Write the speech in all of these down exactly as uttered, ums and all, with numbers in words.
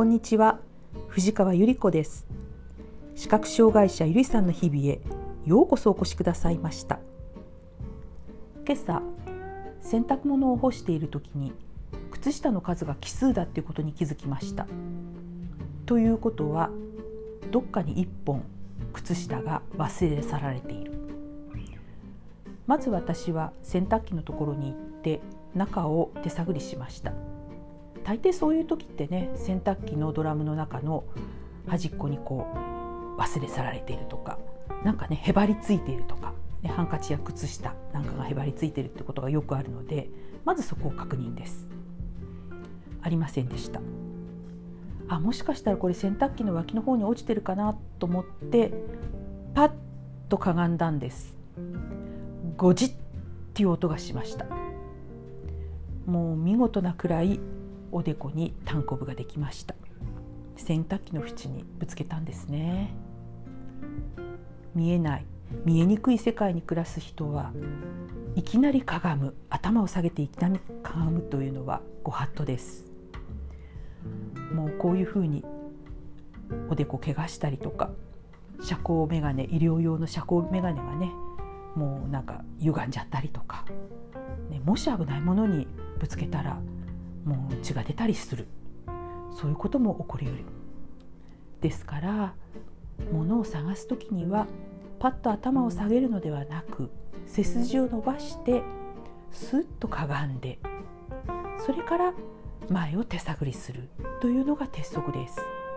こんにちは、藤川ゆり子です。視覚障害者ゆりさんの日々へようこそお越しくださいました。今朝、洗濯物を干している時に靴下の数が奇数だっていうことに気づきました。ということは、どっかにいっぽん靴下が忘れ去られている。まず私は洗濯機のところに行って中を手探りしました。大抵そういう時ってね、洗濯機のドラムの中の端っこにこう忘れ去られているとか、なんかねへばりついているとか、ね、ハンカチや靴下なんかがへばりついているってことがよくあるので、まずそこを確認です。ありませんでした。あ、もしかしたらこれ洗濯機の脇の方に落ちてるかなと思ってパッとかがんだんです。ゴジッっていう音がしました。もう見事なくらいおでこにたんこぶができました。洗濯機の縁にぶつけたんですね。見えない見えにくい世界に暮らす人はいきなりかがむ、頭を下げていきなりかがむというのはご法度です。もうこういうふうにおでこ怪我したりとか、遮光メガネ、医療用の遮光メガネがねもうなんか歪んじゃったりとか、ね、もし危ないものにぶつけたらもう血が出たりする、そういうことも起こりうる。ですから物を探すときにはパッと頭を下げるのではなく、背筋を伸ばしてスッとかがんで、それから前を手探りするというのが鉄則です。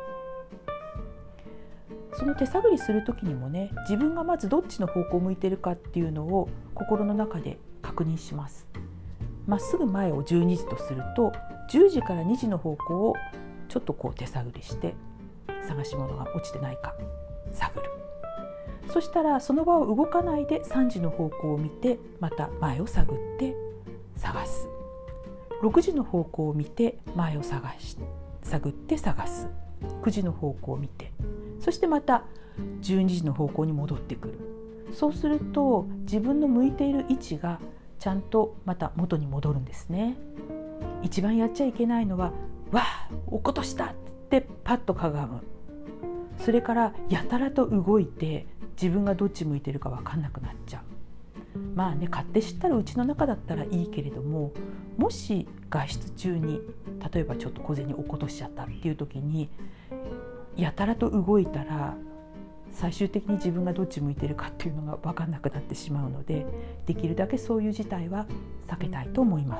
その手探りするときにもね、自分がまずどっちの方向を向いているかっていうのを心の中で確認します。まっすぐ前をじゅうにじとすると、じゅうじからにじの方向をちょっとこう手探りして探し物が落ちてないか探る。そしたらその場を動かないでさんじの方向を見て、また前を探って探す。ろくじの方向を見て前を探し探って探す。くじの方向を見て、そしてまたじゅうにじの方向に戻ってくる。そうすると自分の向いている位置がちゃんとまた元に戻るんですね。一番やっちゃいけないのは、わあ落っことしたってパッとかがむ。それからやたらと動いて自分がどっち向いてるか分かんなくなっちゃう。まあね、買って知ったらうちの中だったらいいけれども、もし外出中に例えばちょっと小銭落っことしちゃったっていう時にやたらと動いたら、最終的に自分がどっち向いてるかっていうのが分かんなくなってしまうので、できるだけそういう事態は避けたいと思います。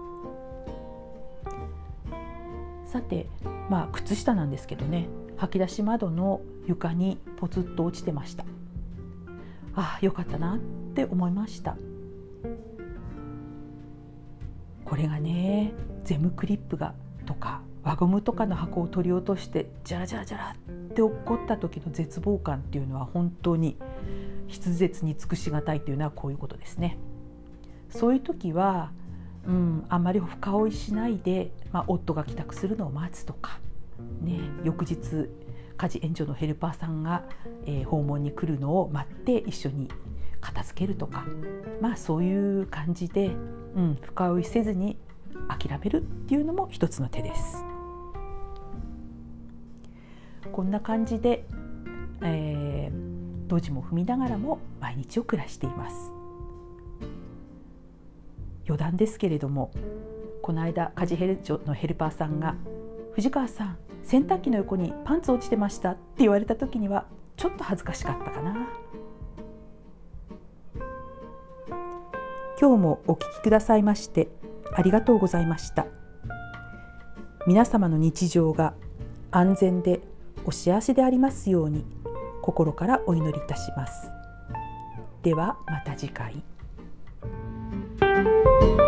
さて、まあ靴下なんですけどね、掃き出し窓の床にポツッと落ちてました。ああ、よかったなって思いました。これがね、ゼムクリップがとか輪ゴムとかの箱を取り落としてジャラジャラジャラって落っこった時の絶望感っていうのは本当に筆舌に尽くしがたいというのはこういうことですね。そういう時は、うん、あんまり深追いしないで、まあ、夫が帰宅するのを待つとか、ね、翌日家事援助のヘルパーさんが、えー、訪問に来るのを待って一緒に片付けるとか、まあそういう感じで、うん、深追いせずに諦めるっていうのも一つの手です。こんな感じで、えー、ドジも踏みながらも毎日を暮らしています。余談ですけれども、この間家事ヘルのヘルパーさんが、藤川さん洗濯機の横にパンツ落ちてましたって言われた時にはちょっと恥ずかしかったかな。今日もお聞きくださいましてありがとうございました。皆様の日常が安全でお幸せでありますように心からお祈りいたします。ではまた次回。